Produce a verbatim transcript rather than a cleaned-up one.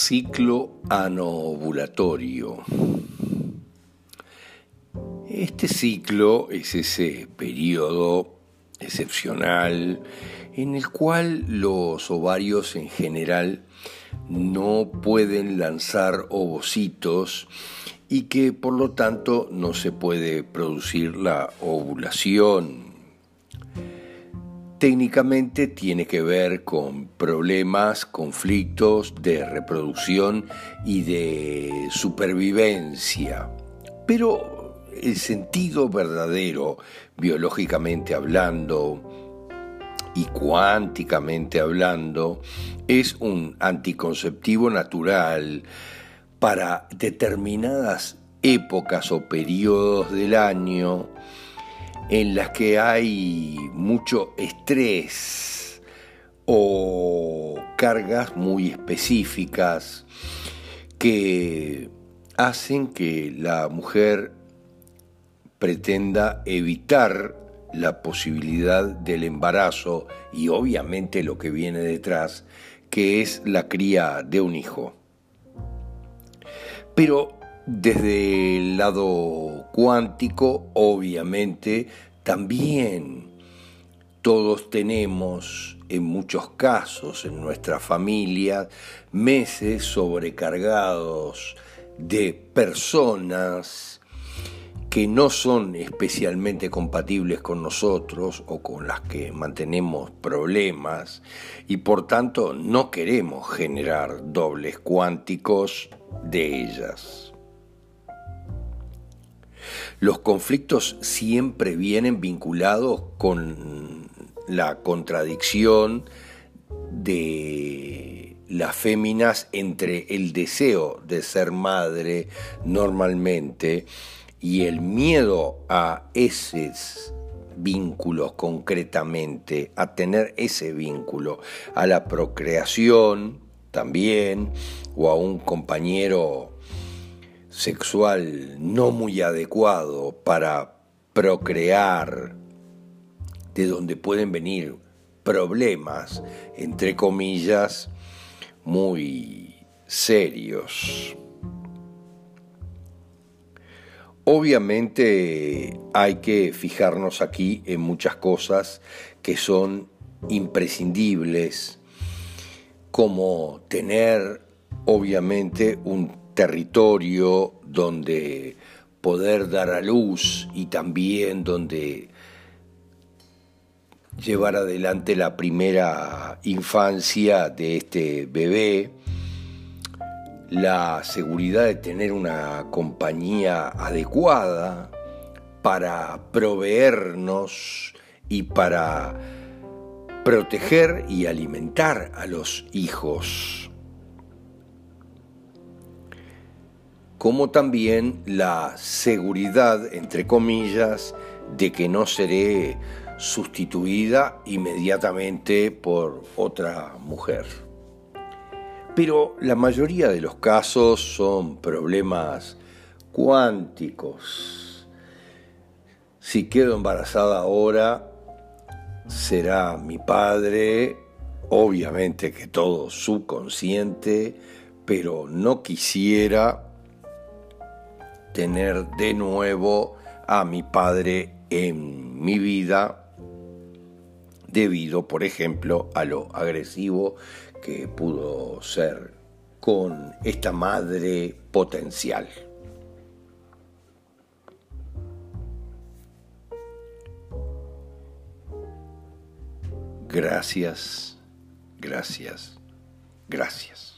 Ciclo anovulatorio. Este ciclo es ese periodo excepcional en el cual los ovarios en general no pueden lanzar ovocitos y que por lo tanto no se puede producir la ovulación. Técnicamente tiene que ver con problemas, conflictos de reproducción y de supervivencia. Pero el sentido verdadero, biológicamente hablando y cuánticamente hablando, es un anticonceptivo natural para determinadas épocas o periodos del año en las que hay mucho estrés o cargas muy específicas que hacen que la mujer pretenda evitar la posibilidad del embarazo y obviamente lo que viene detrás, que es la cría de un hijo. Pero desde el lado cuántico, obviamente, también todos tenemos, en muchos casos en nuestra familia, meses sobrecargados de personas que no son especialmente compatibles con nosotros o con las que mantenemos problemas y por tanto no queremos generar dobles cuánticos de ellas. Los conflictos siempre vienen vinculados con la contradicción de las féminas entre el deseo de ser madre normalmente y el miedo a esos vínculos concretamente, a tener ese vínculo, a la procreación también, o a un compañero sexual no muy adecuado para procrear, de donde pueden venir problemas, entre comillas, muy serios. Obviamente hay que fijarnos aquí en muchas cosas que son imprescindibles, como tener obviamente un territorio donde poder dar a luz y también donde llevar adelante la primera infancia de este bebé, la seguridad de tener una compañía adecuada para proveernos y para proteger y alimentar a los hijos, como también la seguridad, entre comillas, de que no seré sustituida inmediatamente por otra mujer. Pero la mayoría de los casos son problemas cuánticos. Si quedo embarazada ahora, será mi padre, obviamente que todo subconsciente, pero no quisiera tener de nuevo a mi padre en mi vida debido, por ejemplo, a lo agresivo que pudo ser con esta madre potencial. Gracias, gracias, gracias.